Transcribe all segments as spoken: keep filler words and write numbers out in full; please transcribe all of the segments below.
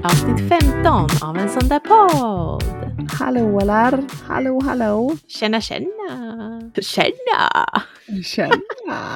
Avsnitt femton av en sån där podd. Hallå eller? Hallå, hallå. Tjena, tjena. Tjena. Tjena.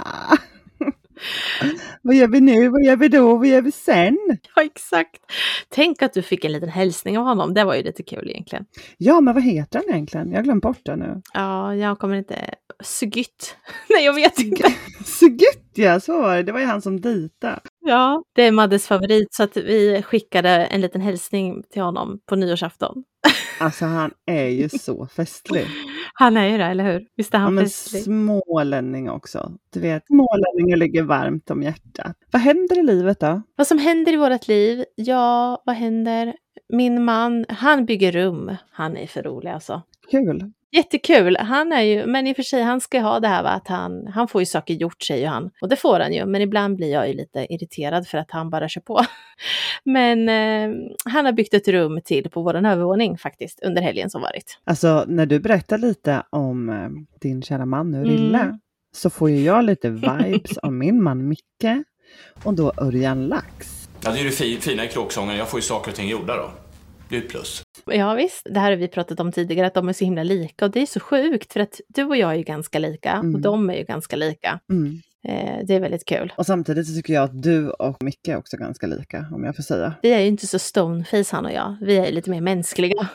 Vad gör vi nu? Vad gör vi då? Vad gör vi sen? Ja, exakt. Tänk att du fick en liten hälsning av honom. Det var ju lite kul egentligen. Ja, men vad heter han egentligen? Jag har glömt bort det nu. Ja, jag kommer inte... Sygytt. Nej, jag vet inte. Sygytt, ja, så var det. Det var ju han som dita. Ja, det är Maddes favorit. Så att vi skickade en liten hälsning till honom på nyårsafton. Alltså, han är ju så festlig. Han är ju det, eller hur? Visst är han ja, men festlig? Smålänning också. Du vet, smålänningar ligger varmt om hjärtat. Vad händer i livet då? Vad som händer i vårt liv? Ja, vad händer? Min man, han bygger rum. Han är för rolig alltså. Kul. Jättekul. Han är ju, men i och för sig, han ska ha det här va, att han, han får ju saker gjort, säger ju han. Och det får han ju, men ibland blir jag ju lite irriterad för att han bara kör på. Men eh, han har byggt ett rum till på våran övervåning faktiskt, under helgen som varit. Alltså, när du berättar lite om eh, din kära man nu, Rille, mm. så får ju jag lite vibes av min man Micke och då Örjan Lax. Ja, det är ju det fina i kråksången. Jag får ju saker och ting gjorda då. Det är ett plus. Ja visst, det här har vi pratat om tidigare, att de är så himla lika. Och det är så sjukt, för att du och jag är ju ganska lika. Mm. Och de är ju ganska lika. Mm. Eh, det är väldigt kul. Och samtidigt så tycker jag att du och Micke är också ganska lika, om jag får säga. Vi är ju inte så stoneface, han och jag. Vi är ju lite mer mänskliga.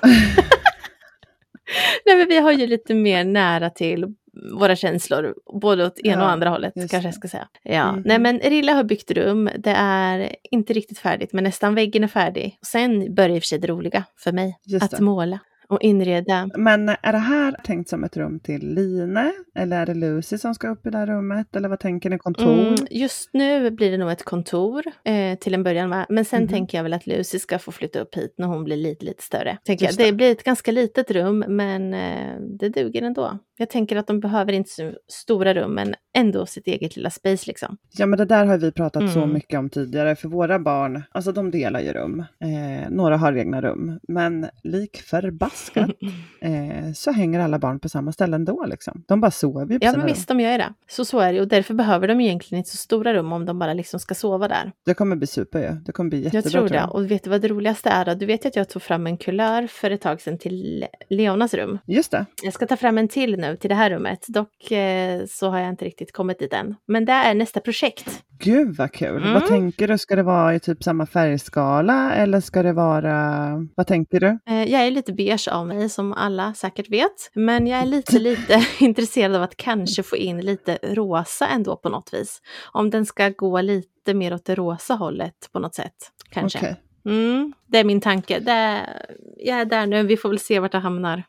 Nej, men vi har ju lite mer nära till våra känslor, både åt ena ja, och andra hållet, kanske det. Jag ska säga. Ja. Mm. Nej, men Rilla har byggt rum. Det är inte riktigt färdigt, men nästan väggen är färdig. Och sen börjar i och för sig det roliga för mig, just att det. måla och inreda. Men är det här tänkt som ett rum till Line? Eller är det Lucy som ska upp i det här rummet? Eller vad tänker ni, kontor? Mm, just nu blir det nog ett kontor eh, till en början. Va? Men sen mm. tänker jag väl att Lucy ska få flytta upp hit när hon blir lite, lite större. Tänker jag. Det. det blir ett ganska litet rum, men eh, det duger ändå. Jag tänker att de behöver inte så stora rum, men ändå sitt eget lilla space liksom. Ja, men det där har vi pratat mm. så mycket om tidigare. För våra barn, alltså de delar ju rum. Eh, några har egna rum. Men lik förbaskat eh, så hänger alla barn på samma ställe ändå liksom. De bara sover ju på Ja, sina men rum. visst, de gör det. Så så är det. Och därför behöver de egentligen inte så stora rum om de bara liksom ska sova där. Det kommer bli super ju. Det kommer bli jättebra. Jag tror det. Jag. Och vet du vad det roligaste är då? Du vet att jag tog fram en kulör för ett tag sedan till Leonas rum. Just det. Jag ska ta fram en till nu till det här rummet. Dock eh, så har jag inte riktigt kommit dit än. Men det är nästa projekt. Gud vad kul. Mm. Vad tänker du? Ska det vara i typ samma färgskala? Eller ska det vara... Vad tänker du? Eh, jag är lite beige av mig, som alla säkert vet. Men jag är lite, lite intresserad av att kanske få in lite rosa ändå på något vis. Om den ska gå lite mer åt det rosa hållet på något sätt. Kanske. Okay. Mm, det är min tanke. Det är, jag är där nu. Vi får väl se vart det hamnar.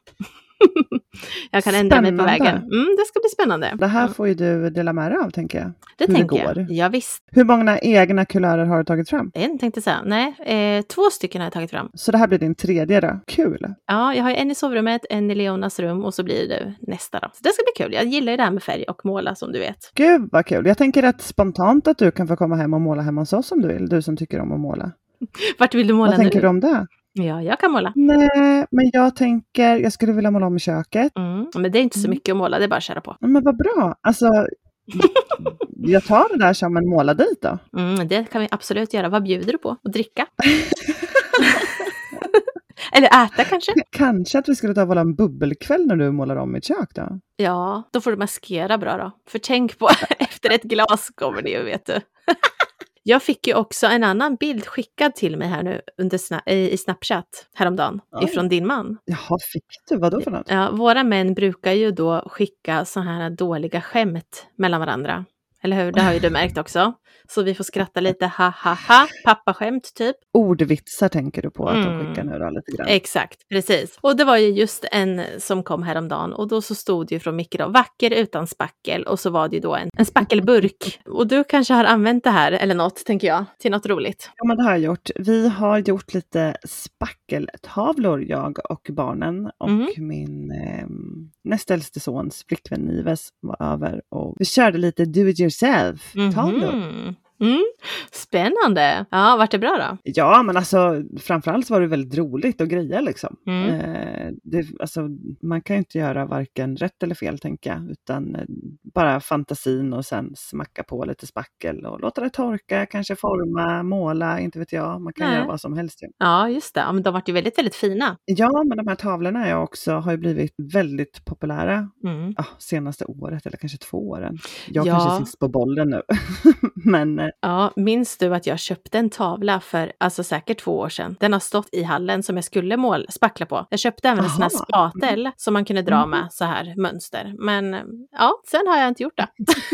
Jag kan ändra spännande. mig på vägen. Mm, det ska bli spännande. Det här får ju du dela med dig av, tänker jag. Det Hur tänker det går. jag. Ja, visst. Hur många egna kulörer har du tagit fram? En tänkte säga. Nej, eh, två stycken har jag tagit fram. Så det här blir din tredje då? Kul. Ja, jag har en i sovrummet, en i Leonas rum och så blir det nästa då. Så det ska bli kul. Jag gillar ju det här med färg och måla, som du vet. Gud vad kul. Jag tänker rätt spontant att du kan få komma hem och måla hemma hos oss om du vill. Du som tycker om att måla. Vart vill du måla Vad nu? tänker du om det? Ja, jag kan måla. Nej, men jag tänker, jag skulle vilja måla om i köket. Mm, men det är inte så mycket att måla, det är bara att köra på. Men vad bra. Alltså, jag tar det där som en målardejt då. Mm, det kan vi absolut göra. Vad bjuder du på? Att dricka? Eller äta kanske? Kanske att vi skulle ta och måla en bubbelkväll när du målar om mitt kök då. Ja, då får du maskera bra då. För tänk på, efter ett glas kommer det ju, vet du. Jag fick ju också en annan bild skickad till mig här nu under sna- i Snapchat häromdagen. Oj. Ifrån din man. Jaha, fick du? Vad då för något? Ja, våra män brukar ju då skicka så här dåliga skämt mellan varandra. Eller hur? Det har ju du märkt också. Så vi får skratta lite, ha ha ha, pappaskämt typ. Ordvitsar tänker du på att Mm. de skickar nu då lite grann. Exakt, precis. Och det var ju just en som kom häromdagen. Och då så stod det ju från Micke då, vacker utan spackel. Och så var det ju då en, en spackelburk. Och du kanske har använt det här, eller något, tänker jag, till något roligt. Ja, men det har jag gjort. Vi har gjort lite spackeltavlor, jag och barnen. Och Mm. min eh, näst äldste sons flickvän Nives var över. Och vi körde lite do it yourself-tavlor. Mhm. Mm. Spännande. Ja, vart det bra då? Ja, men alltså framförallt var det väldigt roligt att greja liksom. Mm. Eh, det, alltså, man kan ju inte göra varken rätt eller fel, tänker jag, utan eh, bara fantasin och sen smacka på lite spackel och låta det torka, kanske forma, måla, inte vet jag. Man kan Nej. göra vad som helst. Ja, Ja, just det. Ja, men de vart ju väldigt, väldigt fina. ja, men de här tavlorna är också, har ju blivit väldigt populära Mm. ah, senaste året eller kanske två åren. Jag Ja. kanske är sist på bollen nu. men eh, Ja, minns du att jag köpte en tavla för alltså säkert två år sedan? Den har stått i hallen som jag skulle mål, spackla på. Jag köpte även en sån här Aha. spatel som man kunde dra Mm. med så här mönster. Men ja, sen har jag inte gjort det.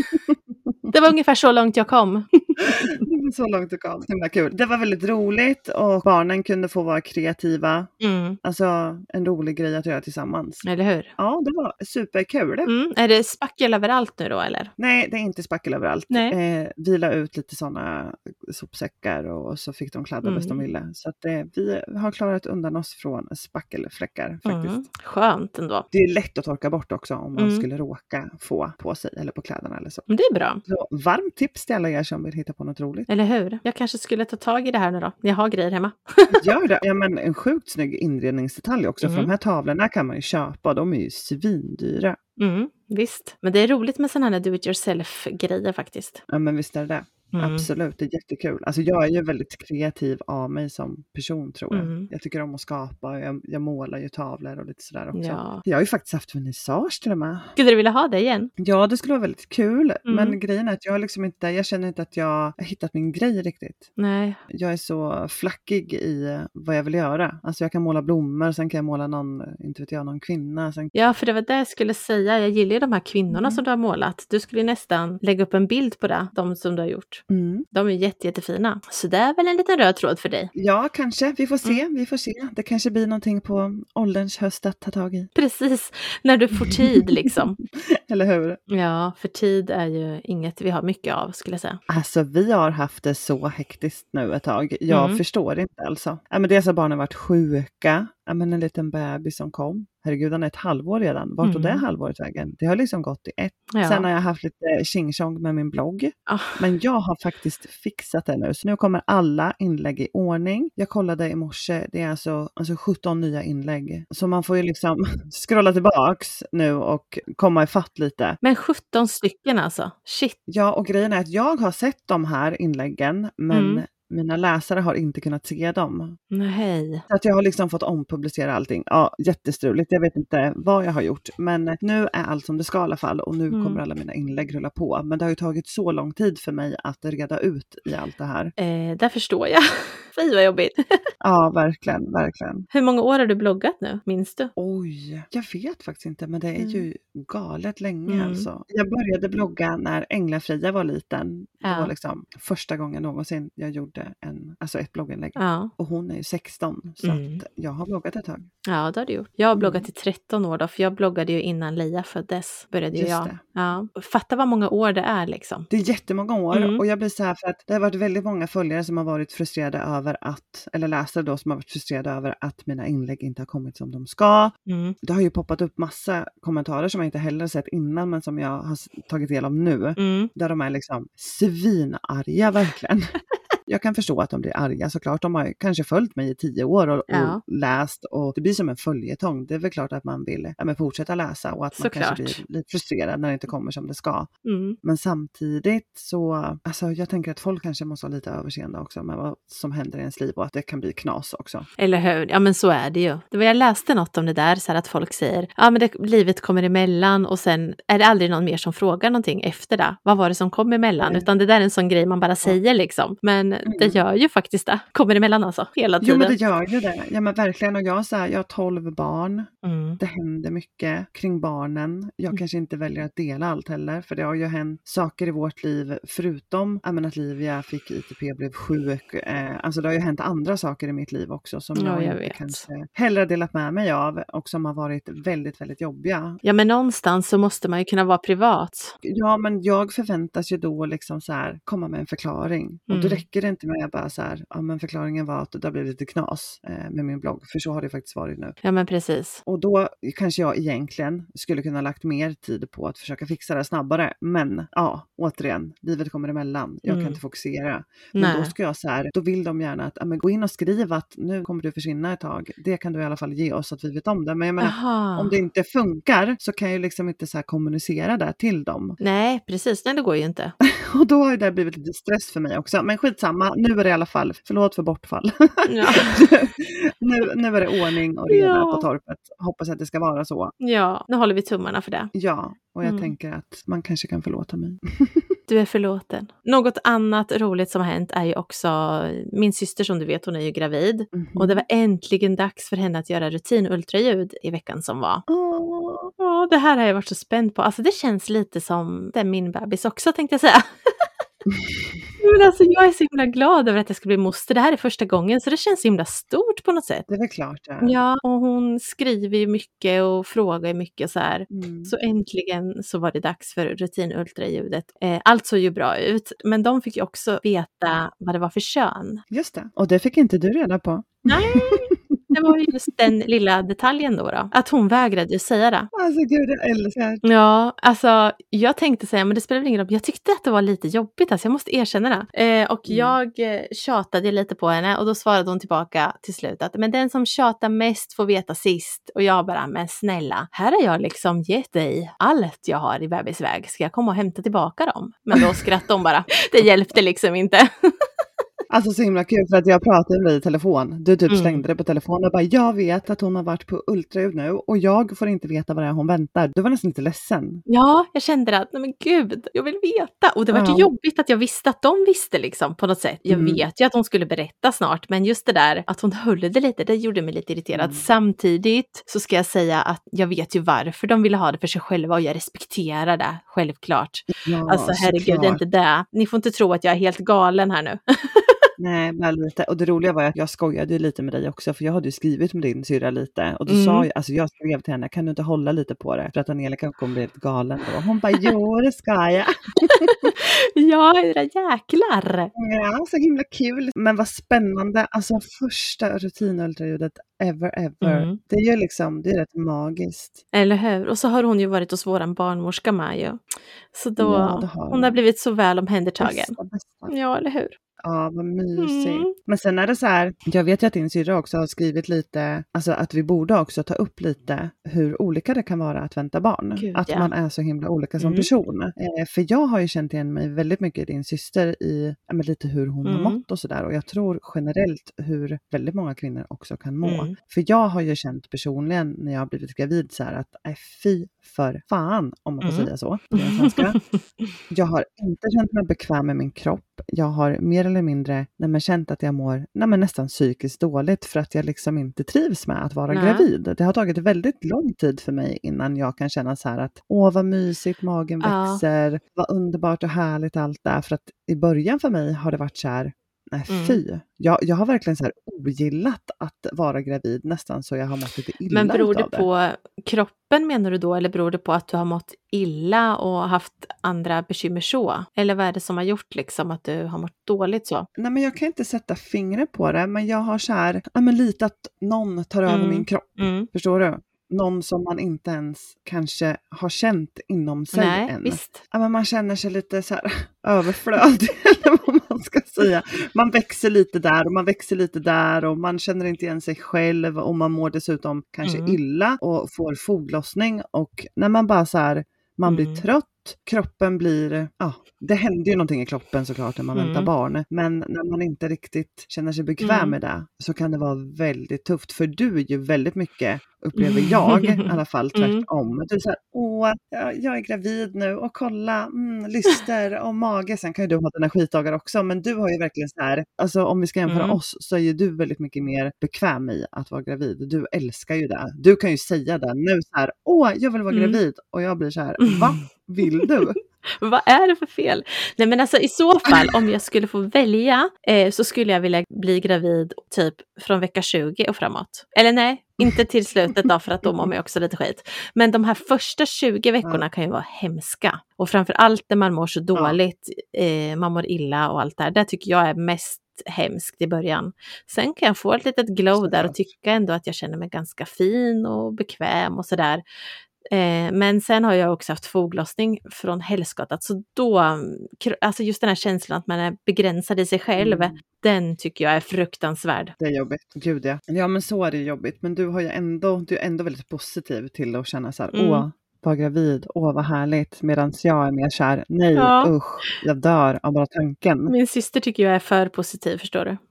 Det var ungefär så långt jag kom. det var så långt det kom. Det var kul. Det var väldigt roligt och barnen kunde få vara kreativa. Mm. Alltså en rolig grej att göra tillsammans. Eller hur? Ja, det var superkul. Mm. Är det spackel överallt nu då eller? Nej, det är inte spackel överallt. Nej. Eh, vila ut lite sådana sopsäckar och så fick de kladda Mm. bäst de ville. Så att, eh, vi har klarat undan oss från spackelfläckar faktiskt. Mm. Skönt ändå. Det är lätt att torka bort också om man Mm. skulle råka få på sig eller på kläderna eller så. Men det är bra. Så varmt tips till alla er som vill hitta på något roligt. Eller hur? Jag kanske skulle ta tag i det här nu då. Jag har grejer hemma. Gör det. Ja, men en sjukt snygg inredningsdetalj också. Mm. För de här tavlorna kan man ju köpa. De är ju svindyra. Mm, visst. Men det är roligt med sådana här do-it-yourself-grejer faktiskt. Ja, men visst är det. Mm. Absolut, det är jättekul. Alltså jag är ju väldigt kreativ av mig som person, tror jag. Mm. Jag tycker om att skapa. Jag, jag målar ju tavlor och lite sådär också. Ja. Jag har ju faktiskt haft vernissage till och med. Skulle du vilja ha det igen? Ja, det skulle vara väldigt kul. Mm. Men grejen är att jag liksom inte, jag känner inte att jag har hittat min grej riktigt. Nej. Jag är så flackig i vad jag vill göra. Alltså jag kan måla blommor, sen kan jag måla någon, inte vet jag, någon kvinna. Sen... Ja, för det var det jag skulle säga. Jag gillar ju de här kvinnorna Mm. som du har målat. Du skulle nästan lägga upp en bild på det, de som du har gjort. Mm. De är jätte, jättefina. Så det är väl en liten röd tråd för dig. Ja, kanske. Vi får se. Mm. Vi får se. Det kanske blir någonting på ålderns höst att ta tag i. Precis, när du får tid liksom. Eller hur? Ja, för tid är ju inget vi har mycket av skulle jag säga. Alltså vi har haft det så hektiskt nu ett tag. Jag Mm. förstår inte alltså. Ja, men dels har barnen varit sjuka. Ja, men en liten bebis som kom. Herregud, han är ett halvår redan. Vart tog Mm. det halvåret vägen? Det har liksom gått i ett. Ja. Sen har jag haft lite tjing-tjong med min blogg. Ah. Men jag har faktiskt fixat det nu. Så nu kommer alla inlägg i ordning. Jag kollade i morse. Det är alltså, alltså sjutton nya inlägg. Så man får ju liksom scrolla tillbaks nu och komma ifatt lite. Men sjutton stycken alltså. Shit. Ja, och grejen är att jag har sett de här inläggen. Men Mm. mina läsare har inte kunnat se dem. Nej. Så att jag har liksom fått ompublicera allting. Ja, jättestruligt. Jag vet inte vad jag har gjort. Men nu är allt som det ska i alla fall. Och nu Mm. kommer alla mina inlägg rulla på. Men det har ju tagit så lång tid för mig att reda ut i allt det här. Eh, där förstår jag. Fy vad jobbigt. Ja, verkligen, verkligen. Hur många år har du bloggat nu? Minns du? Oj, jag vet faktiskt inte. Men det är Mm. ju galet länge Mm. alltså. Jag började blogga när Änglafria var liten. Ja. Det var liksom första gången någonsin jag gjorde en, alltså ett blogginlägg. Ja. Och hon är ju sexton. Så Mm. att jag har bloggat ett tag. Ja, det har du gjort. Jag har bloggat i tretton år då, för jag bloggade ju innan Leia föddes. Började ju Just jag. det. Ja. Fatta vad många år det är liksom. Det är jättemånga år Mm. och jag blir så här för att det har varit väldigt många följare som har varit frustrerade över att, eller läsare då som har varit frustrerade över att mina inlägg inte har kommit som de ska. Mm. Det har ju poppat upp massa kommentarer som jag inte heller sett innan men som jag har s- tagit del av nu. Mm. Där de är liksom svinarga verkligen. Jag kan förstå att de blir arga såklart. De har ju kanske följt mig i tio år och, Ja. och läst och det blir som en följetong. Det är väl klart att man vill ja, men fortsätta läsa och att man Såklart. kanske blir lite frustrerad när det inte kommer som det ska. Mm. Men samtidigt så, alltså jag tänker att folk kanske måste ha lite överseende också med vad som händer i ens liv och att det kan bli knas också. Eller hur? Ja, men så är det ju. Det var, jag läste något om det där, så här att folk säger ja men det, livet kommer emellan och sen är det aldrig någon mer som frågar någonting efter det. Vad var det som kom emellan? Nej. Utan det där är en sån grej man bara säger liksom. Men det gör ju faktiskt det. Kommer emellan alltså, hela tiden. Jo men det gör ju det. Ja men verkligen och jag så här, jag har tolv barn. Mm. Det händer mycket kring barnen. Jag Mm. kanske inte väljer att dela allt heller. För det har ju hänt saker i vårt liv förutom ja, men att Livia fick I T P, blev sjuk. Eh, alltså det har ju hänt andra saker i mitt liv också som Ja, jag, jag inte vet. kanske heller delat med mig av. Och som har varit väldigt, väldigt jobbiga. Ja, men någonstans så måste man ju kunna vara privat. Ja men jag förväntas ju då liksom så här komma med en förklaring. Och då Mm. räcker det jag inte med bara så här, ja men förklaringen var att det har blivit lite knas eh, med min blogg, för så har det faktiskt varit nu. Ja men precis. Och då kanske jag egentligen skulle kunna lagt mer tid på att försöka fixa det snabbare, men ja, återigen, livet kommer emellan, jag mm. kan inte fokusera. Men Nej. Då ska jag så här, då vill de gärna att ja, men gå in och skriva att nu kommer du försvinna ett tag, det kan du i alla fall ge oss att vi vet om det, men jag menar, Aha. om det inte funkar så kan jag ju liksom inte så här kommunicera det till dem. Nej, precis, nej det går ju inte. Och då har det blivit lite stress för mig också, men skitsamma, nu är det i alla fall, förlåt för bortfall. Ja. nu, nu är det ordning och reda ja. på torpet, hoppas att det ska vara så. Ja, nu håller vi tummarna för det. Ja, och jag mm. tänker att man kanske kan förlåta mig. Du är förlåten. Något annat roligt som har hänt är ju också min syster, som du vet, hon är ju gravid. Mm-hmm. Och det var äntligen dags för henne att göra rutinultraljud i veckan som var. Åh, oh. oh, det här har jag varit så spänd på. Alltså det känns lite som det är min bebis också, tänkte jag säga. Men alltså, jag är så himla glad över att jag ska bli moster. Det här är första gången, så det känns så himla stort på något sätt. Det är väl klart det. Ja, och hon skriver ju mycket och frågar mycket så här. Mm. Så äntligen så var det dags för rutinultraljudet. Eh, allt såg ju bra ut, men de fick ju också veta vad det var för kön. Just det, och det fick inte du reda på. Nej. Det var just den lilla detaljen då, då. Att hon vägrade ju säga det. Alltså gud, jag älskar. Ja, alltså jag tänkte säga, men det spelar väl ingen roll. Jag tyckte att det var lite jobbigt, alltså jag måste erkänna det. Eh, och mm. jag eh, tjatade lite på henne och då svarade hon tillbaka till slut att men den som tjatar mest får veta sist. Och jag bara, men snälla, här har jag liksom gett dig allt jag har i bebisväg. Ska jag komma och hämta tillbaka dem? Men då skrattade hon bara. Det hjälpte liksom inte. Alltså så himla kul, för att jag pratade med dig i telefon. Du typ slängde mm. det på telefonen och bara, jag vet att hon har varit på ultraljud nu och jag får inte veta vad det är hon väntar. Du var nästan lite ledsen. Ja, jag kände att, nej men gud, jag vill veta. Och det var ja. ju jobbigt att jag visste att de visste liksom på något sätt. Jag mm. vet ju att hon skulle berätta snart, men just det där att hon höll det lite, det gjorde mig lite irriterad. Mm. Samtidigt så ska jag säga att jag vet ju varför de ville ha det för sig själva och jag respekterar det, självklart. Ja, alltså herregud, såklart. Det är inte det. Ni får inte tro att jag är helt galen här nu. Nej, men lite. Och det roliga var att jag skojade ju lite med dig också, för jag hade ju skrivit med din syrra lite. Och då mm. sa jag, alltså jag skrev till henne, kan du inte hålla lite på det? För att Angelica kommer bli helt galen då. Hon bara, jo det ska jag. Ja, era jäklar. Ja, så himla kul. Men vad spännande, alltså första rutinultraljudet ever, ever. Mm. Det är ju liksom, det är rätt magiskt. Eller hur? Och så har hon ju varit hos våran barnmorska Maja. Så då, ja, har hon har blivit så väl omhändertagen. Bästa, bästa. Ja, eller hur? Ja, vad mysigt. Mm. Men sen är det så här, jag vet ju att din syrra också har skrivit lite, alltså att vi borde också ta upp lite hur olika det kan vara att vänta barn. Gud, att ja. man är så himla olika som mm. person. Eh, för jag har ju känt igen mig väldigt mycket i din syster i ja, men lite hur hon mm. har mått och sådär. Och jag tror generellt hur väldigt många kvinnor också kan må. Mm. För jag har ju känt personligen när jag har blivit gravid så här att äh, fy för fan, om man får mm. säga så. Jag har inte känt mig bekväm med min kropp. Jag har mer eller mindre nej, men känt att jag mår nej, men nästan psykiskt dåligt för att jag liksom inte trivs med att vara nej. gravid. Det har tagit väldigt lång tid för mig innan jag kan känna så här att åh vad mysigt, magen ja. växer, vad underbart och härligt allt där. För att i början för mig har det varit så här, nej fy. Mm. Jag, jag har verkligen så här ogillat att vara gravid nästan så jag har mått lite illa. Men beror det det på kroppen menar du då, eller beror det på att du har mått illa och haft andra bekymmer så? Eller vad är det som har gjort liksom att du har mått dåligt så? Nej men jag kan inte sätta fingret på det, men jag har så här, ja men lite att någon tar över mm. min kropp. Mm. Förstår du? Någon som man inte ens kanske har känt inom sig Nej, än. Visst. Ja, men man känner sig lite så här överflödig eller vad man ska säga. Man växer lite där och man växer lite där och man känner inte igen sig själv och man mår dessutom kanske mm. illa och får foglossning och när man bara så här, man blir mm. trött, kroppen blir, ja, det händer ju någonting i kroppen såklart när man mm. väntar barn. Men när man inte riktigt känner sig bekväm mm. med det så kan det vara väldigt tufft. För du är ju väldigt mycket, upplever jag i alla fall, tvärtom. Mm. Du är så här, åh, jag är gravid nu och kolla, mm, lyster och mage. Sen kan ju du ha dina skitdagar också. Men du har ju verkligen så här, alltså om vi ska jämföra mm. oss så är ju du väldigt mycket mer bekväm i att vara gravid. Du älskar ju det. Du kan ju säga det nu så här, åh, jag vill vara mm. gravid. Och jag blir så här, va? Vill du? Vad är det för fel? Nej men alltså i så fall om jag skulle få välja eh, så skulle jag vilja bli gravid typ från vecka tjugo och framåt. Eller nej, Inte till slutet då, för att då mår man också lite skit. Men de här första tjugo veckorna ja. kan ju vara hemska. Och framförallt när man mår så dåligt, ja. eh, man mår illa och allt det här. Det tycker jag är mest hemskt i början. Sen kan jag få ett litet glow där och tycka ändå att jag känner mig ganska fin och bekväm och sådär. Eh, men sen har jag också haft foglossning från helskotta. Så då, alltså just den här känslan att man är begränsad i sig själv, mm. den tycker jag är fruktansvärd. Det är jobbigt, gud ja. Ja men så är det jobbigt. Men du har ju ändå, du är ändå väldigt positiv till att känna så här, mm. åh, var gravid, åh vad härligt. Medan jag är mer kär, nej ja. usch, jag dör av bara tanken. Min syster tycker jag är för positiv, förstår du?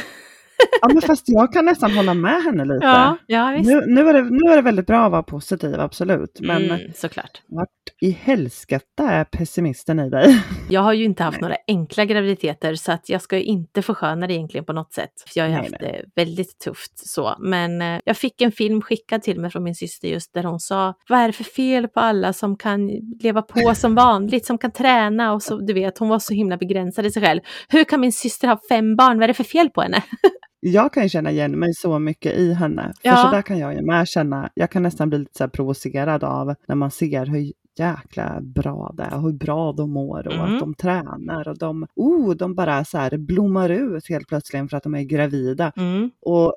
Ja men fast jag kan nästan hålla med henne lite. Ja, ja visst. Nu, nu, är det, nu är det väldigt bra att vara positiv, absolut. Men mm, såklart. Vart i helskatta är pessimisten i dig? Jag har ju inte haft nej. några enkla graviditeter, så att jag ska ju inte försköna det egentligen på något sätt. För jag har ju nej, haft nej. det väldigt tufft så. Men eh, jag fick en film skickad till mig från min syster just där hon sa, vad är det för fel på alla som kan leva på som vanligt, som kan träna och så, du vet, hon var så himla begränsad i sig själv. Hur kan min syster ha fem barn? Vad är det för fel på henne? Jag kan ju känna igen mig så mycket i henne. För ja. så där kan jag ju med känna. Jag kan nästan bli lite så här provocerad av när man ser hur jäkla bra det är. Hur bra de mår och mm. att de tränar. Och de, oh, de bara så här blommar ut helt plötsligt för att de är gravida. Mm. Och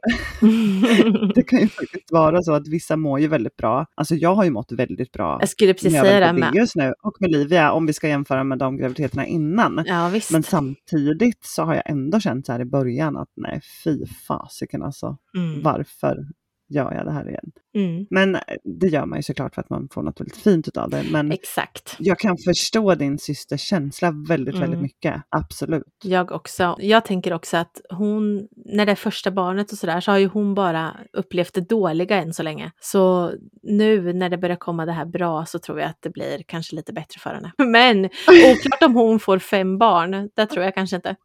det kan ju faktiskt vara så att vissa mår ju väldigt bra. Alltså jag har ju mått väldigt bra. Jag skulle precis säga det med. Just nu. Och med Livia, om vi ska jämföra med de graviditeterna innan. Ja, visst. Men samtidigt så har jag ändå känt så här i början att nej, fy fasiken alltså. Mm. Varför gör jag det här igen? Mm. Men det gör man ju såklart för att man får något väldigt fint utav det. Men exakt. Jag kan förstå din systers känsla väldigt, mm. väldigt mycket. Absolut. Jag också. Jag tänker också att hon, när det är första barnet och sådär, så har ju hon bara upplevt det dåliga än så länge. Så nu när det börjar komma det här bra så tror jag att det blir kanske lite bättre för henne. Men oklart om hon får fem barn, det tror jag kanske inte.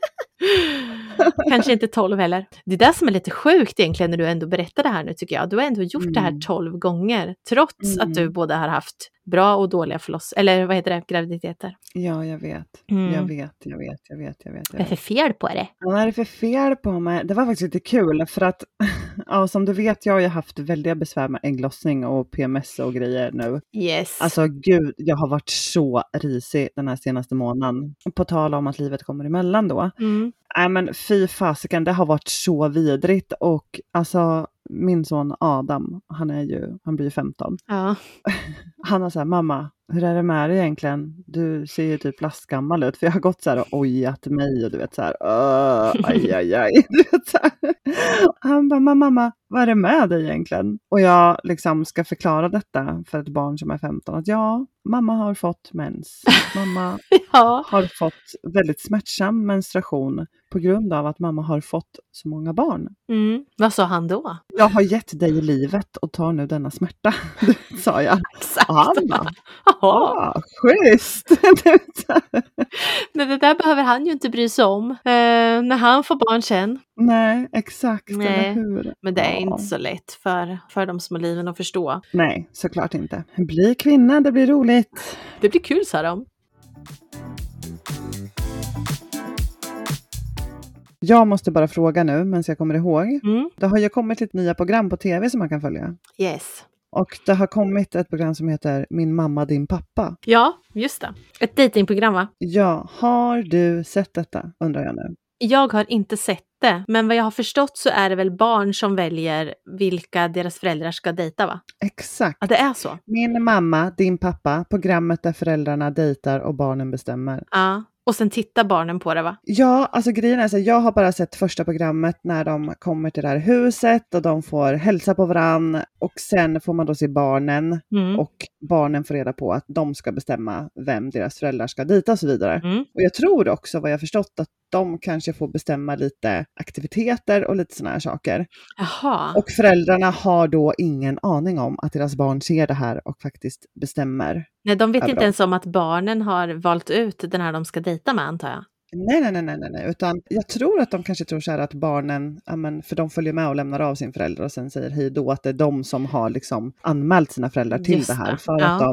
Kanske inte tolv heller. Det är det som är lite sjukt egentligen när du ändå berättar det här nu, tycker jag. Du har ändå gjort mm. det här tolv gånger, trots mm. att du både har haft bra och dåliga förloss, eller vad heter det, graviditeter. Ja, jag vet. Mm. Jag vet, jag vet, jag vet, jag vet. Vad är det för fel på det? Vad är det för fel på mig? Det var faktiskt lite kul för att, ja, som du vet, jag har ju haft väldiga besvär med ägglossning och P M S och grejer nu. Yes. Alltså gud, jag har varit så risig den här senaste månaden. På tal om att livet kommer emellan då. Mm. Nej men fy fasiken, det har varit så vidrigt och alltså min son Adam, han är ju, han blir ju femton. Ja. Han har så här, mamma, hur är det med dig egentligen? Du ser ju typ lastgammal ut. För jag har gått så här och ojat mig och du vet så här, aj, aj, aj. Du vet så här. Han bara, mamma, vad är det med dig egentligen? Och jag liksom ska förklara detta för ett barn som är femton. Att ja, mamma har fått mens. Mamma ja. har fått väldigt smärtsam menstruation på grund av att mamma har fått så många barn. Mm. Vad sa han då? Jag har gett dig livet och tar nu denna smärta, sa jag. Exakt. Han bara, ah, schysst. Men det där behöver han ju inte bry sig om. Eh, när han får barn sen. Nej, exakt. Nej. Eller hur? Men det är ja. inte så lätt för, för de små liven att förstå. Nej, såklart inte. Bli kvinna, det blir roligt. Det blir kul, sa de. Jag måste bara fråga nu, men så jag kommer ihåg. Mm. Det har ju kommit lite nya program på tv som man kan följa. Yes. Och det har kommit ett program som heter Min mamma, din pappa. Ja, just det. Ett datingprogram, va? Ja, har du sett detta, undrar jag nu? Jag har inte sett det, men vad jag har förstått så är det väl barn som väljer vilka deras föräldrar ska dejta, va? Exakt. Ja, det är så. Min mamma, din pappa, programmet där föräldrarna dejtar och barnen bestämmer. Ja. Och sen tittar barnen på det, va? Ja, alltså grejen är så jag har bara sett första programmet när de kommer till det här huset och de får hälsa på varann och sen får man då se barnen mm. och barnen får reda på att de ska bestämma vem deras föräldrar ska dejta och så vidare. Mm. Och jag tror också, vad jag förstått, att de kanske får bestämma lite aktiviteter och lite såna här saker. Aha. Och föräldrarna har då ingen aning om att deras barn ser det här och faktiskt bestämmer. Nej, de vet inte dem. ens om att barnen har valt ut den här de ska dejta med, antar jag. Nej, nej, nej, nej, nej, utan jag tror att de kanske tror så här att barnen, amen, för de följer med och lämnar av sin förälder och sen säger hej då, att det är de som har liksom anmält sina föräldrar till Just det här. Det. För ja. att de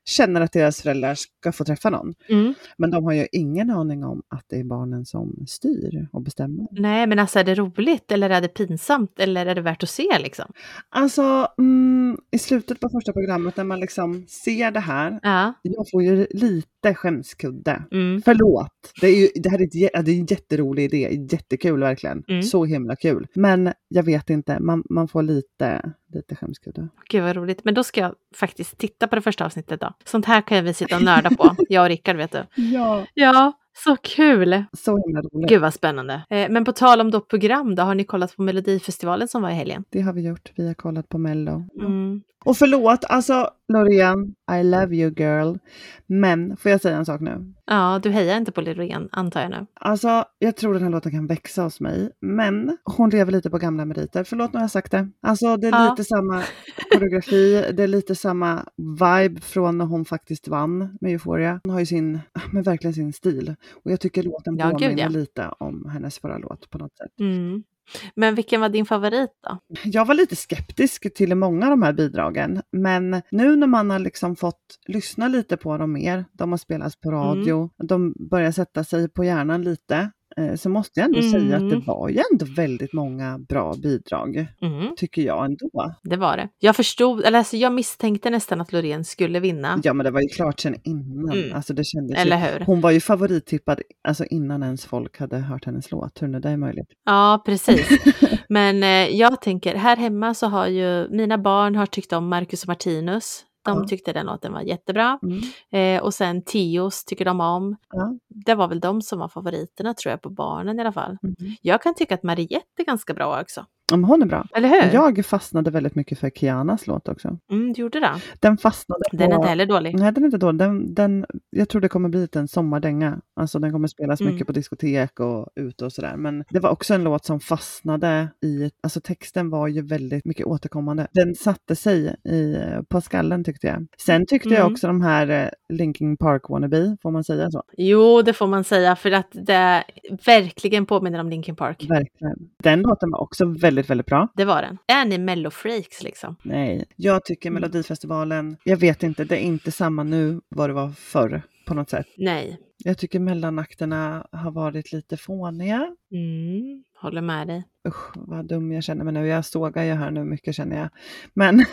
känner att deras föräldrar ska få träffa någon. Mm. Men de har ju ingen aning om att det är barnen som styr och bestämmer. Nej, men alltså är det roligt eller är det pinsamt eller är det värt att se liksom? Alltså, mm, i slutet på första programmet när man liksom ser det här, ja. jag får ju lite skämskudde. Mm. Förlåt, det, är ju, det här är, ett, det är en jätterolig idé, jättekul verkligen. Mm. Så himla kul. Men jag vet inte, man, man får lite, lite skämskudde. Gud vad roligt, men då ska jag faktiskt titta på det första avsnittet då. Sånt här kan vi sitta och nörda på, jag och Rickard vet du. Ja. Ja. Så kul! Så himla roligt. Gud vad spännande. Eh, men på tal om då program då, har ni kollat på Melodifestivalen som var i helgen? Det har vi gjort, vi har kollat på Mello. Mm. Och förlåt, alltså Loreen, I love you girl. Men, får jag säga en sak nu? Ja, du hejar inte på Loreen, antar jag nu. Alltså, jag tror den här låten kan växa hos mig. Men hon lever lite på gamla meriter. Förlåt när jag sagt det. Alltså, det är ja. lite samma koreografi. Det är lite samma vibe från när hon faktiskt vann med Euphoria. Hon har ju sin, men verkligen sin stil. Och jag tycker låten ja, påminner gud, ja. lite om hennes förra låt på något sätt. Mm. Men vilken var din favorit då? Jag var lite skeptisk till många av de här bidragen. Men nu när man har liksom fått lyssna lite på dem mer. De har spelats på radio. Mm. De börjar sätta sig på hjärnan lite. Så måste jag ändå mm. säga att det var ju ändå väldigt många bra bidrag. Mm. Tycker jag ändå. Det var det. Jag förstod, eller alltså jag misstänkte nästan att Loreen skulle vinna. Ja, men det var ju klart sen innan. Mm. Alltså det kändes eller ju, hur? Hon var ju favorittippad alltså innan ens folk hade hört hennes låt. Hur det är möjligt. Ja, precis. Men eh, jag tänker, här hemma så har ju mina barn har tyckt om Marcus och Martinus. De ja. tyckte den låten var jättebra. Mm. Eh, och sen Tios tycker de om. Ja. Det var väl de som var favoriterna tror jag på barnen i alla fall. Mm. Jag kan tycka att Mariette är ganska bra också. Ja, hon är bra. Eller hur? Jag fastnade väldigt mycket för Kianas låt också. Mm, du gjorde det? Den fastnade på... Den är inte heller dålig. Nej, den är inte dålig. Den, den, jag tror det kommer bli en sommardänga. Alltså den kommer spelas mm. mycket på diskotek och ute och sådär. Men det var också en låt som fastnade i... Alltså texten var ju väldigt mycket återkommande. Den satte sig i, på skallen tyckte jag. Sen tyckte mm. jag också de här Linkin Park wannabe, får man säga så? Jo, det får man säga för att det verkligen påminner om Linkin Park. Verkligen. Den låten var också väldigt Väldigt, väldigt bra. Det var den. Är ni Mello-freaks liksom? Nej, jag tycker Melodifestivalen, jag vet inte, det är inte samma nu vad det var förr på något sätt. Nej. Jag tycker mellanakterna har varit lite fåniga. Mm, håller med dig. Usch, vad dum jag känner mig nu. Jag sågar ju här nu mycket känner jag. Men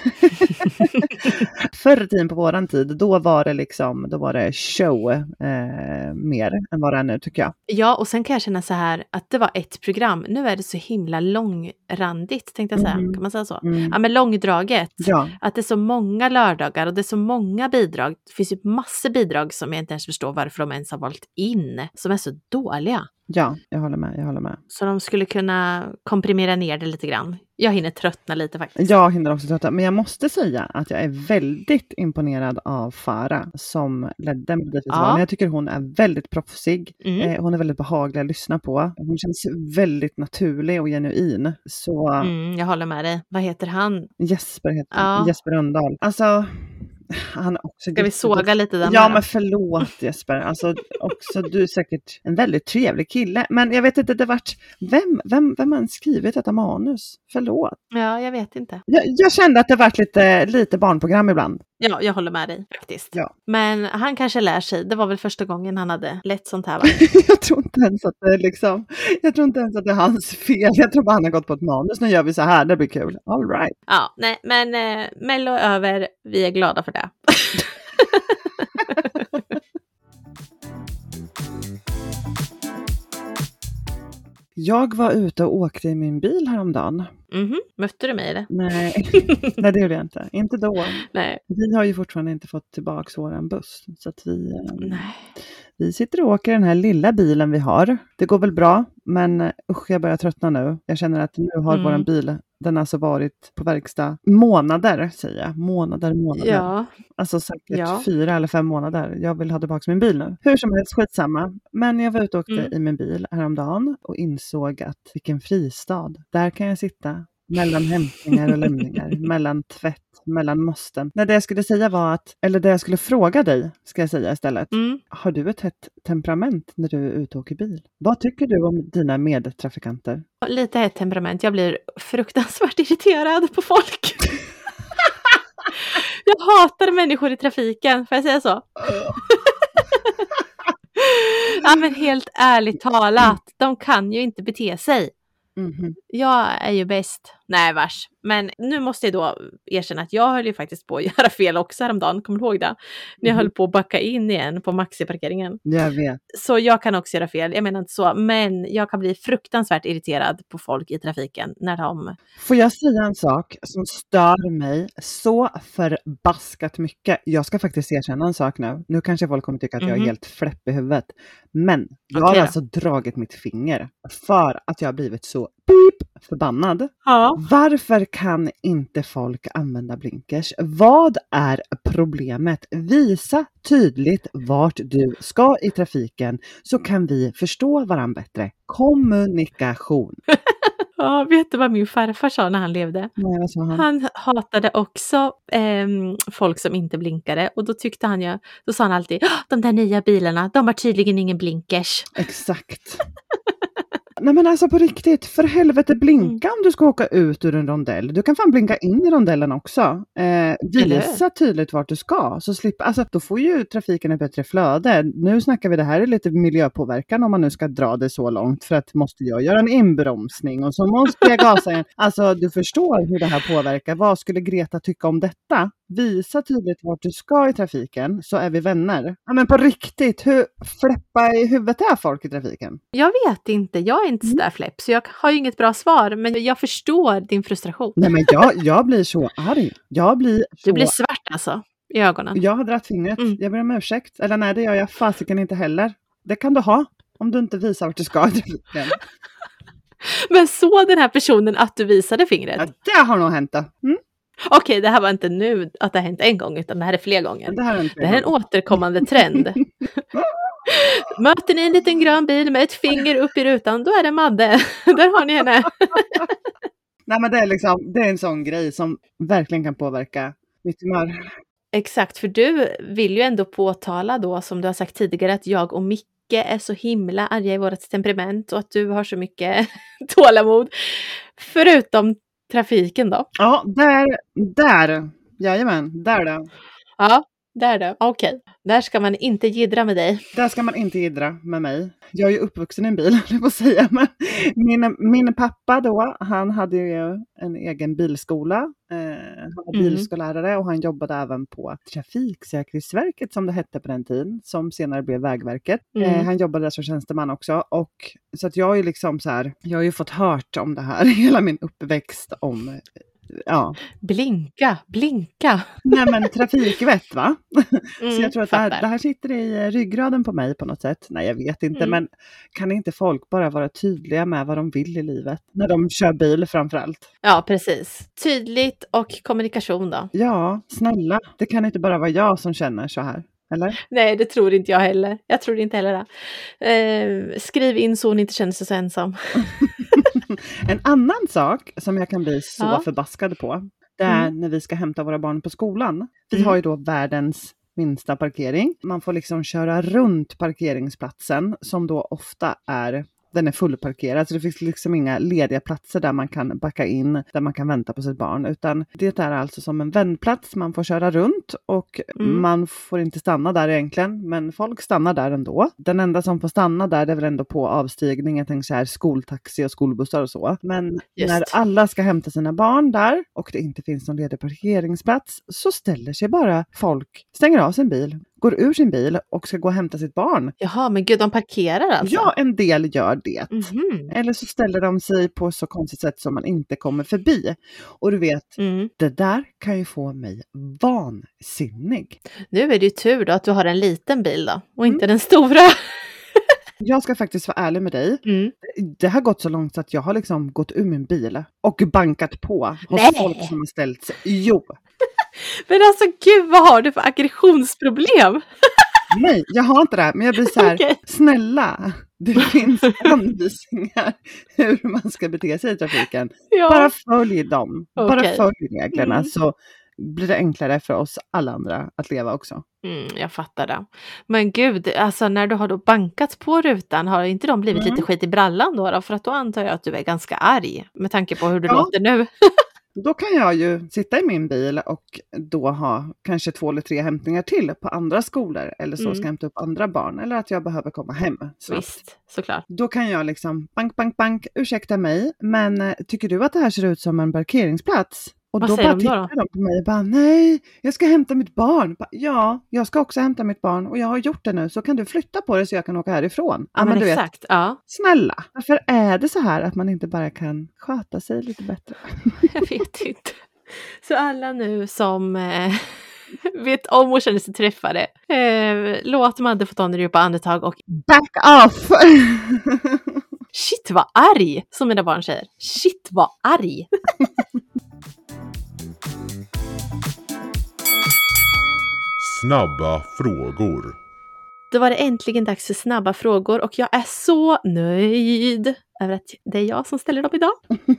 förr i tiden på våran tid, då var det liksom, då var det show eh, mer än vad det är nu tycker jag. Ja, och sen kan jag känna så här att det var ett program. Nu är det så himla långrandigt, tänkte jag säga. Mm. Kan man säga så? Mm. Ja, men långdraget. Ja. Att det är så många lördagar och det är så många bidrag. Det finns ju massor bidrag som jag inte ens förstår varför de ens har valt in. Som är så dåliga. Ja, jag håller med, jag håller med. Så de skulle kunna komprimera ner det lite grann. Jag hinner tröttna lite faktiskt. Jag hinner också tröttna, men jag måste säga att jag är väldigt imponerad av Farah som ledde Melodifestivalen. Ja. Jag tycker hon är väldigt proffsig. Mm. Eh, hon är väldigt behaglig att lyssna på. Hon känns väldigt naturlig och genuin. Så... Mm, jag håller med dig. Vad heter han? Jesper heter han. Ja. Jesper Rönndahl. Alltså... Han också Ska vi såga lite där? Ja, men förlåt Jesper. Alltså, också, du är säkert en väldigt trevlig kille. Men jag vet inte, det vart... Vem, vem, vem har skrivit detta manus? Förlåt. Ja, jag vet inte. Jag, jag kände att det vart lite, lite barnprogram ibland. Ja, jag håller med dig faktiskt. Ja. Men han kanske lär sig. Det var väl första gången han hade lätt sånt här, va? jag tror inte ens att det är liksom... Jag tror inte ens att det är hans fel. Jag tror bara han har gått på ett manus. Nu gör vi så här, det blir kul. All right. Ja, nej, men eh, Mello är över. Vi är glada för det. Jag var ute och åkte i min bil häromdagen. Mhm, mötte du mig eller? Nej, Nej det gjorde jag inte. Inte då. Nej. Vi har ju fortfarande inte fått tillbaka våran buss. Så att vi, Nej. vi sitter och åker den här lilla bilen vi har. Det går väl bra, men usch jag börjar tröttna nu. Jag känner att nu har mm. våran bil, den har alltså varit på verkstad månader, säger jag. Månader, månader. Ja. Alltså säkert ja. fyra eller fem månader. Jag vill ha tillbaka min bil nu. Hur som helst, skitsamma. Men jag var ute och åkte mm. i min bil häromdagen och insåg att vilken fristad. Där kan jag sitta mellan hämtningar och lämningar, mellan tvätt, mellan måsten. När det jag skulle säga var att, eller det jag skulle fråga dig, ska jag säga istället. Mm. Har du ett hett temperament när du är ute och åker bil? Vad tycker du om dina medtrafikanter? Lite hett temperament. Jag blir fruktansvärt irriterad på folk. Jag hatar människor i trafiken, får jag säga så? Ja, men helt ärligt talat, de kan ju inte bete sig. Mm-hmm. Jag är ju bäst. Nej, vars. Men nu måste jag då erkänna att jag höll ju faktiskt på att göra fel också häromdagen. Kommer du ihåg det? När jag Mm-hmm. höll på att backa in igen på Maxi-parkeringen. Jag vet. Så jag kan också göra fel. Jag menar inte så. Men jag kan bli fruktansvärt irriterad på folk i trafiken när de... Får jag säga en sak som stör mig så förbaskat mycket? Jag ska faktiskt erkänna en sak nu. Nu kanske folk kommer tycka att jag är Mhm. helt fläpp i huvudet. Men jag Okej har då. alltså dragit mitt finger för att jag har blivit så pip förbannad. Ja. Varför kan inte folk använda blinkers? Vad är problemet? Visa tydligt vart du ska i trafiken så kan vi förstå varandra bättre. Kommunikation. Ja, vet du vad min farfar sa när han levde? Nej, vad sa han? Han hatade också ehm, folk som inte blinkade. Och då tyckte han ju, då sa han alltid, "Åh, de där nya bilarna, de har tydligen ingen blinkers." Exakt. Nej men alltså på riktigt, för helvete blinka om du ska åka ut ur en rondell. Du kan fan blinka in i rondellen också. Eh, visa tydligt vart du ska. Så slippa, alltså, då får ju trafiken ett bättre flöde. Nu snackar vi, det här är lite miljöpåverkan om man nu ska dra det så långt. För att måste jag göra en inbromsning och så måste jag gasa igen. Alltså du förstår hur det här påverkar. Vad skulle Greta tycka om detta? Visa tydligt vart du ska i trafiken så är vi vänner. Ja, men på riktigt, hur fläppa i huvudet är folk i trafiken? Jag vet inte, jag är inte så där fläpp. Så jag har ju inget bra svar. Men jag förstår din frustration. Nej men jag, jag blir så arg. Jag blir så... Du blir svart alltså i ögonen. Jag har dratt fingret. Mm. Jag ber om ursäkt. Eller nej, det gör jag fasiken inte heller. Det kan du ha om du inte visar vart du ska i trafiken. Men så den här personen att du visade fingret? Ja, det har nog hänt då. Mm? Okej, det här var inte nu att det har hänt en gång, utan det här är fler gånger. Det här är, inte Det här är en återkommande trend. Möter ni en liten grön bil med ett finger upp i rutan, då är det Madde. Där har ni henne. Nej men det är liksom, det är en sån grej som verkligen kan påverka mitt humör. Exakt, för du vill ju ändå påtala då, som du har sagt tidigare, att jag och Micke är så himla arga i vårt temperament och att du har så mycket tålamod. Förutom trafiken då. Ja, där, där, jajamän, där då. Ja, där då. Okej, där ska man inte jiddra med dig. Där ska man inte jiddra med mig. Jag är ju uppvuxen i en bil, jag får säga. Men min, min pappa då, han hade ju en egen bilskola. Eh, han var Mm. bilskollärare och han jobbade även på Trafiksäkerhetsverket som det hette på den tiden. Som senare blev Vägverket. Mm. Eh, han jobbade där som tjänsteman också. Och, så att jag är liksom så här, jag har ju fått hört om det här hela min uppväxt om... Ja. Blinka, blinka. Nej men trafikvett va? Mm, så jag tror att det här, fattar. det här sitter i ryggraden på mig på något sätt. Nej jag vet inte Mm. men kan inte folk bara vara tydliga med vad de vill i livet? När de kör bil framförallt. Ja, precis. Tydligt och kommunikation då. Ja, snälla. Det kan inte bara vara jag som känner så här. Eller? Nej, det tror inte jag heller. Jag tror inte heller det. Eh, skriv in så hon inte känner sig så ensam. En annan sak som jag kan bli så Ja. förbaskad på. Det är Mm. när vi ska hämta våra barn på skolan. Vi Mm. har ju då världens minsta parkering. Man får liksom köra runt parkeringsplatsen som då ofta är, den är fullparkerad. Så det finns liksom inga lediga platser där man kan backa in, där man kan vänta på sitt barn. Utan det är alltså som en vändplats, man får köra runt och Mm. man får inte stanna där egentligen. Men folk stannar där ändå. Den enda som får stanna där det är väl ändå på avstigning, jag tänker så här skoltaxi och skolbussar och så. Men Just. när alla ska hämta sina barn där och det inte finns någon ledig parkeringsplats så ställer sig bara folk, stänger av sin bil, går ur sin bil och ska gå och hämta sitt barn. Jaha, men gud, de parkerar alltså? Ja, en del gör det. Mhm. Eller så ställer de sig på så konstigt sätt som man inte kommer förbi. Och du vet, Mm. det där kan ju få mig vansinnig. Nu är det ju tur då att du har en liten bil då, och inte Mm. den stora. Jag ska faktiskt vara ärlig med dig. Mm. Det har gått så långt så att jag har liksom gått ur min bil och bankat på hos Nej. folk som har ställt sig. Jo, Men alltså gud, vad har du för aggressionsproblem? nej, jag har inte det. Men jag blir så här, Okej. snälla, det finns anvisningar hur man ska bete sig i trafiken. Ja. Bara följ dem. Bara Okej. följ reglerna Mm. så blir det enklare för oss alla andra att leva också. Mm, jag fattar det. Men gud, alltså när du har då bankat på rutan, har inte de blivit Mm. lite skit i brallan då, då? För att då antar jag att du är ganska arg med tanke på hur du Ja. låter nu. Då kan jag ju sitta i min bil och då ha kanske två eller tre hämtningar till på andra skolor. Eller så Mm. ska jag hämta upp andra barn. Eller att jag behöver komma hem snabbt. Visst, såklart. Då kan jag liksom, bank, bank, bank, ursäkta mig. Men eh, tycker du att det här ser ut som en parkeringsplats? Och Vad då säger bara de då då? tittar de på mig och bara, nej, jag ska hämta mitt barn. Bara, ja, jag ska också hämta mitt barn och jag har gjort det nu. Så kan du flytta på det så jag kan åka härifrån. Ja, men du vet, exakt. Ja, snälla, varför är det så här att man inte bara kan sköta sig lite bättre? jag vet inte. Så alla nu som eh, vet om och känner sig träffade, eh, låt Madde få ta en djupa andetag och Back off! shit vad arg, som mina barn säger. Shit vad arg! Snabba frågor. Då var det äntligen dags för snabba frågor och jag är så nöjd över att det är jag som ställer dem idag.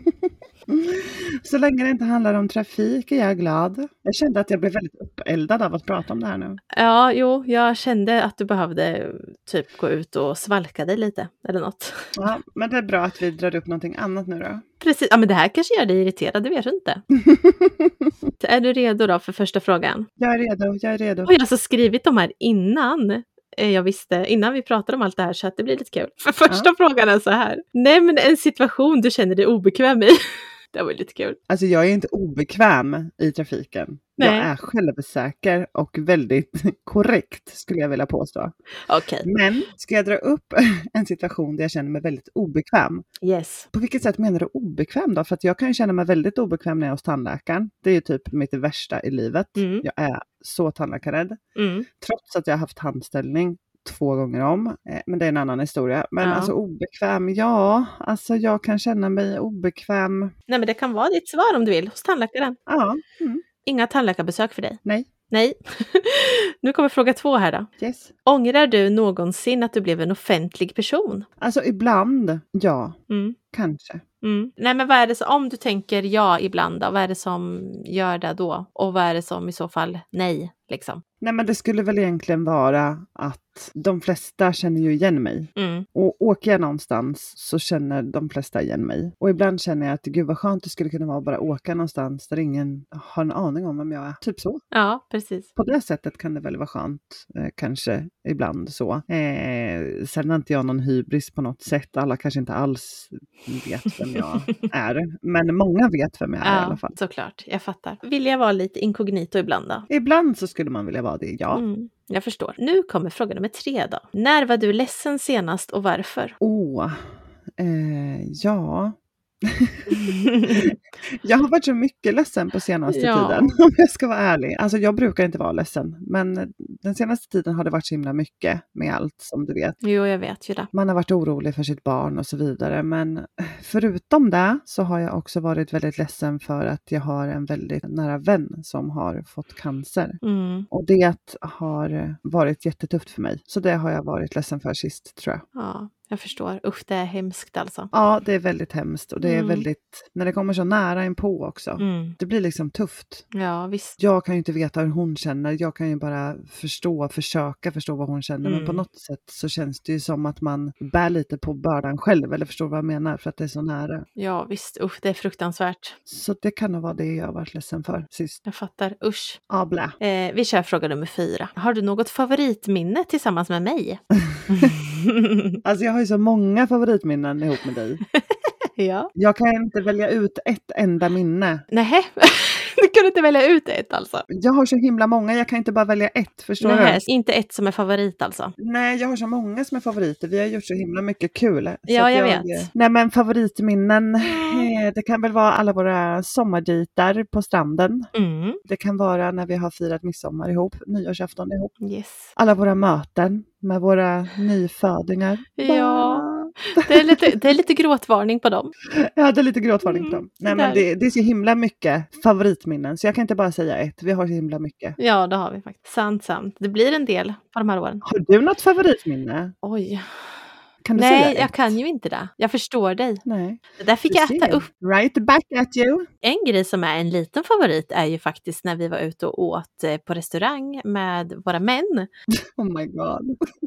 Så länge det inte handlar om trafik är jag glad. Jag kände att jag blev väldigt uppeldad av att prata om det här nu. Ja, jo, jag kände att du behövde typ gå ut och svalka dig lite eller något. Ja, men det är bra att vi drar upp någonting annat nu då. Precis, ja men det här kanske gör dig irriterad, det vet du inte. Är du redo då för första frågan? Jag är redo, jag är redo. Och jag har alltså skrivit de här innan jag visste, innan vi pratade om allt det här, så att det blir lite kul. För första ja. frågan är så här. Nämn en situation du känner dig obekväm i. Det var lite kul. Alltså jag är inte obekväm i trafiken. Nej. Jag är självsäker och väldigt korrekt skulle jag vilja påstå. Okej. Okay. Men ska jag dra upp en situation där jag känner mig väldigt obekväm? Yes. På vilket sätt menar du obekväm då? För att jag kan ju känna mig väldigt obekväm när jag är hos tandläkaren. Det är ju typ mitt värsta i livet. Mm. Jag är så tandläkarrädd. Mm. Trots att jag har haft handställning två gånger om. Men det är en annan historia. Men ja. alltså obekväm, ja. Alltså jag kan känna mig obekväm. Nej men det kan vara ditt svar om du vill. Hos tandläkaren. Ja. Mm. Inga tandläkarbesök för dig? Nej. Nej. Nu kommer fråga två här då. Yes. Ångrar du någonsin att du blev en offentlig person? Alltså ibland, ja. Mm. Kanske. Mm. Nej men vad är det så, om du tänker ja ibland då, vad är det som gör det då? Och vad är det som i så fall nej liksom? Nej men det skulle väl egentligen vara att de flesta känner ju igen mig. Mm. Och åker jag någonstans så känner de flesta igen mig. Och ibland känner jag att gud vad skönt det skulle kunna vara att bara åka någonstans där ingen har en aning om vem jag är. Typ så. Ja, precis. På det sättet kan det väl vara skönt. Eh, kanske ibland så. Eh, sen är inte jag någon hybris på något sätt. Alla kanske inte alls vet vem jag är. Men många vet vem jag är ja, i alla fall. Såklart. Jag fattar. Vill jag vara lite inkognito ibland då? Ibland så skulle man vilja vara det, ja. Mm. Jag förstår. Nu kommer fråga nummer tre då. När var du ledsen senast och varför? Åh, oh, eh, ja. Jag har varit så mycket ledsen på senaste ja. tiden, om jag ska vara ärlig. Alltså jag brukar inte vara ledsen, men den senaste tiden har det varit så himla mycket med allt som du vet. Jo, jag vet ju det. Man har varit orolig för sitt barn och så vidare, men förutom det så har jag också varit väldigt ledsen för att jag har en väldigt nära vän som har fått cancer. Mm. Och det har varit jättetufft för mig. Så det har jag varit ledsen för sist, tror jag. Ja. Jag förstår. Usch, det är hemskt alltså. Ja, det är väldigt hemskt. Och det är mm. väldigt, när det kommer så nära in på också. Mm. Det blir liksom tufft. Ja, visst. Jag kan ju inte veta hur hon känner. Jag kan ju bara förstå, försöka förstå vad hon känner. Mm. Men på något sätt så känns det ju som att man bär lite på bördan själv. Eller förstår vad jag menar, för att det är så nära. Ja, visst. Usch, det är fruktansvärt. Så det kan nog vara det jag har varit ledsen för sist. Jag fattar. Usch. Ja, blä. Eh, vi kör fråga nummer fyra. Har du något favoritminne tillsammans med mig? Alltså jag har ju så många favoritminnen ihop med dig. Ja. Jag kan inte välja ut ett enda minne. Nej, du kan inte välja ut ett alltså. Jag har så himla många, jag kan inte bara välja ett, förstår Nej, du? inte ett som är favorit alltså. Nej, jag har så många som är favoriter. Vi har gjort så himla mycket kul. Så ja, jag, jag vet. Nej, men favoritminnen, mm. det kan väl vara alla våra sommardejter på stranden. Mm. Det kan vara när vi har firat midsommar ihop, nyårsafton ihop. Yes. Alla våra möten med våra nyfödingar. Ja. Det är, lite, det är lite gråtvarning på dem. Ja, det är lite gråtvarning på dem. Nej, men det, det är så himla mycket favoritminnen. Så jag kan inte bara säga ett. Vi har så himla mycket. Ja, det har vi faktiskt. Sant, sant. Det blir en del på de här åren. Har du något favoritminne? Oj. Kan du Nej, säga jag ett? kan ju inte det. Jag förstår dig. Nej. Det där fick du jag äta ser. upp. Right back at you. En grej som är en liten favorit är ju faktiskt när vi var ute och åt på restaurang med våra män. Oh my god.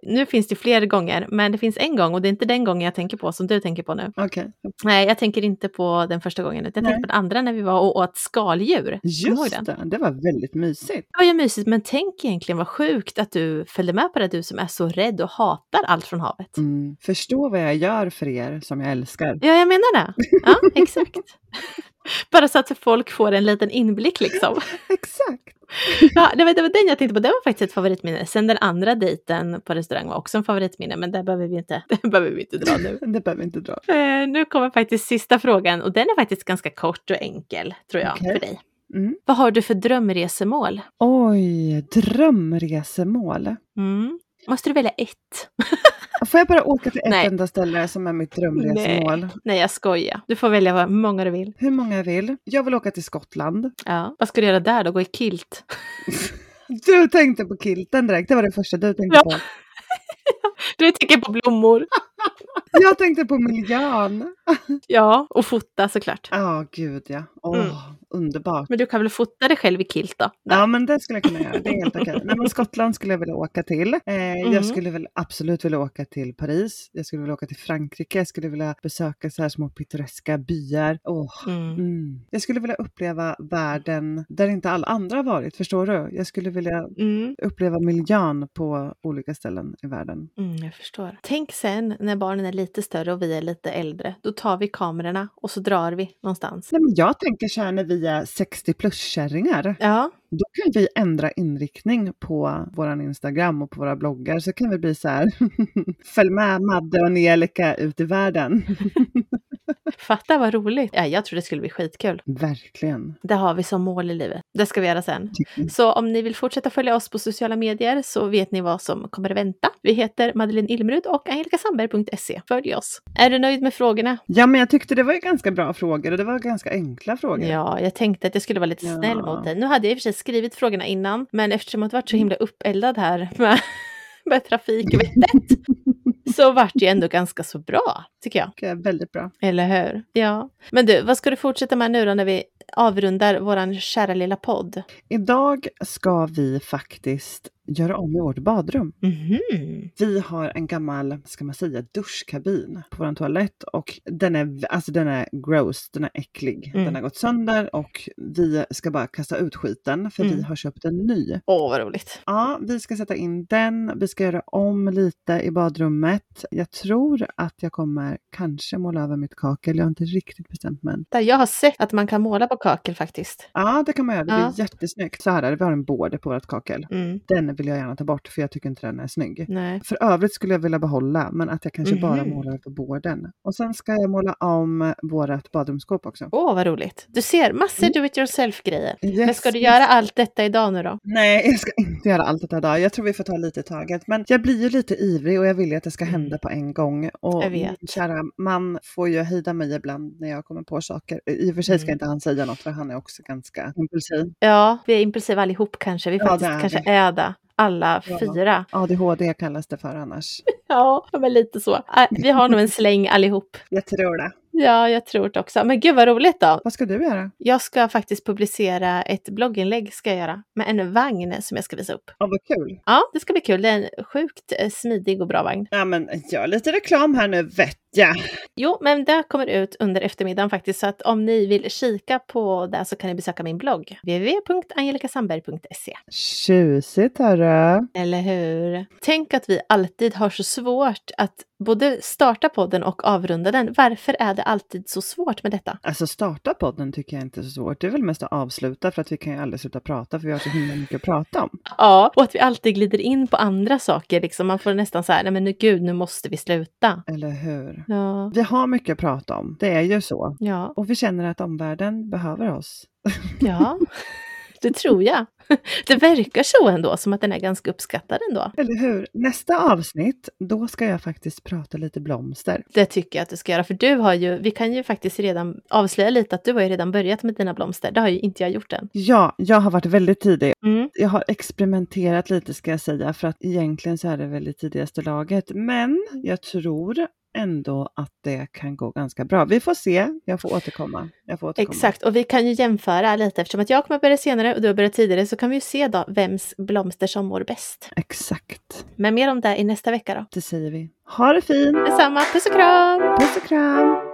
nu finns det fler gånger, men det finns en gång och det är inte den gången jag tänker på som du tänker på nu. Okej. Okay. Nej, jag tänker inte på den första gången. Jag tänker på den andra när vi var och åt skaldjur. Just det, det var väldigt mysigt. Det var ju mysigt, men tänk egentligen vad sjukt att du följde med på det, du som är så rädd och hatar allt från havet. Mm. Förstå vad jag gör för er som jag älskar. Ja, jag menar det. Ja, exakt. Bara så att folk får en liten inblick liksom. Exakt. Ja, det var, det var den jag tänkte på. Det var faktiskt ett favoritminne. Sen den andra dejten på restaurang var också en favoritminne. Men det behöver vi inte, det behöver vi inte dra nu. Det behöver vi inte dra. Eh, nu kommer faktiskt sista frågan. Och den är faktiskt ganska kort och enkel, tror jag, okay. för dig. Mm. Vad har du för drömresemål? Oj, drömresemål. Mm. Måste du välja ett? Får jag bara åka till ett Nej. enda ställe som är mitt drömresemål? Nej. Nej, jag skojar. Du får välja hur många du vill. Hur många jag vill? Jag vill åka till Skottland. Ja. Vad ska du göra där då? Gå i kilt? Du tänkte på kilten direkt. Det var det första du tänkte ja. på. Du tänker på blommor. Jag tänkte på miljön. Ja, och fota såklart. Ja, oh, gud ja. Åh, oh, mm. underbart. Men du kan väl fota dig själv i kilt då? Ja, men det skulle jag kunna göra. Det är helt okej. Nej, men Skottland skulle jag vilja åka till. Eh, mm. Jag skulle väl absolut vilja åka till Paris. Jag skulle vilja åka till Frankrike. Jag skulle vilja besöka så här små pittoreska byar. Oh, mm. Mm. Jag skulle vilja uppleva världen där inte alla andra har varit. Förstår du? Jag skulle vilja mm. uppleva miljön på olika ställen i världen. Mm, jag förstår. Tänk sen när barnen är lite större och vi är lite äldre. Då tar vi kamerorna och så drar vi någonstans. Nej, men jag tänker så här när vi är sextio plus kärringar. Ja. Då kan vi ändra inriktning på våran Instagram och på våra bloggar. Så kan vi bli så här. Följ med Madde och Angelica ut i världen. Fatta vad roligt. Ja, jag tror det skulle bli skitkul. Verkligen. Det har vi som mål i livet. Det ska vi göra sen. Mm. Så om ni vill fortsätta följa oss på sociala medier så vet ni vad som kommer att vänta. Vi heter Madeleine Ilmerud och angelika sandberg punkt se. Följ oss. Är du nöjd med frågorna? Ja, men jag tyckte det var ganska bra frågor och det var ganska enkla frågor. Ja, jag tänkte att jag skulle vara lite ja. snäll mot dig. Nu hade jag i och för sig skrivit frågorna innan, men eftersom jag varit så himla uppeldad här med, med trafikvettet så vart det ändå ganska så bra, tycker jag. Okay, väldigt bra. Eller hur? Ja. Men du, vad ska du fortsätta med nu då när vi avrundar våran kära lilla podd? Idag ska vi faktiskt göra om i vårt badrum. Mm-hmm. Vi har en gammal, ska man säga, duschkabin på vår toalett och den är, alltså den är gross, den är äcklig. Mm. Den har gått sönder och vi ska bara kasta ut skiten för mm. vi har köpt en ny. Åh, vad roligt. Ja, vi ska sätta in den, vi ska göra om lite i badrummet. Jag tror att jag kommer kanske måla över mitt kakel, jag har inte riktigt bestämt mig. Jag har sett att man kan måla på kakel faktiskt. Ja, det kan man göra, det ja. blir jättesnyggt. Så här är det, vi har en border på vårt kakel. Mm. Den vill jag gärna ta bort för jag tycker inte den är snygg. Nej. För övrigt skulle jag vilja behålla, men att jag kanske Mm-hmm. bara målar på borden. Och sen ska jag måla om vårat badrumsskåp också. Åh, vad roligt. Du ser massor mm. do-it-yourself-grejer. Yes, men ska du yes. göra allt detta idag nu då? Nej, jag ska inte göra allt detta idag. Jag tror vi får ta lite i taget. Men jag blir ju lite ivrig och jag vill ju att det ska hända på en gång. Och jag vet. Kära man får ju hejda mig ibland när jag kommer på saker. I och för sig ska mm. inte han säga något för han är också ganska impulsiv. Ja, vi är impulsiva allihop kanske. Vi ja, faktiskt kanske det. äda. Alla ja. fyra. A D H D kallas det för annars. Ja, men lite så. Vi har nog en släng allihop. Jag tror det. Ja, jag tror det också. Men gud vad roligt då. Vad ska du göra? Jag ska faktiskt publicera ett blogginlägg ska jag göra. Med en vagn som jag ska visa upp. Ja, vad kul. Ja, det ska bli kul. Det är en sjukt smidig och bra vagn. Ja, men gör lite reklam här nu, vet jag. Jo, men det kommer ut under eftermiddagen faktiskt. Så att om ni vill kika på det så kan ni besöka min blogg. w w w punkt angelika sandberg punkt se. Tjusigt, hörru. Eller hur? Tänk att vi alltid har så svårt att både starta podden och avrunda den. Varför är det alltid så svårt med detta? Alltså starta podden tycker jag inte är så svårt. Det är väl mest att avsluta för att vi kan ju aldrig sluta prata för vi har så himla mycket att prata om. Ja, och att vi alltid glider in på andra saker. Liksom. Man får nästan så här, nej men nu gud, nu måste vi sluta. Eller hur? Ja. Vi har mycket att prata om. Det är ju så. Ja. Och vi känner att omvärlden behöver oss. Ja. Det tror jag. Det verkar så ändå, som att den är ganska uppskattad ändå. Eller hur? Nästa avsnitt, då ska jag faktiskt prata lite blomster. Det tycker jag att du ska göra, för du har ju, vi kan ju faktiskt redan avslöja lite att du har ju redan börjat med dina blomster. Det har ju inte jag gjort än. Ja, jag har varit väldigt tidig. Mm. Jag har experimenterat lite ska jag säga, för att egentligen så är det väldigt tidigaste laget. Men jag tror ändå att det kan gå ganska bra. Vi får se. Jag får återkomma. Jag får återkomma. Exakt. Och vi kan ju jämföra lite. Eftersom att jag kommer börja senare och du har börjat tidigare så kan vi ju se då vems blomster som mår bäst. Exakt. Men mer om det i nästa vecka då. Det säger vi. Ha det fint! Detsamma, puss och kram! Puss och kram!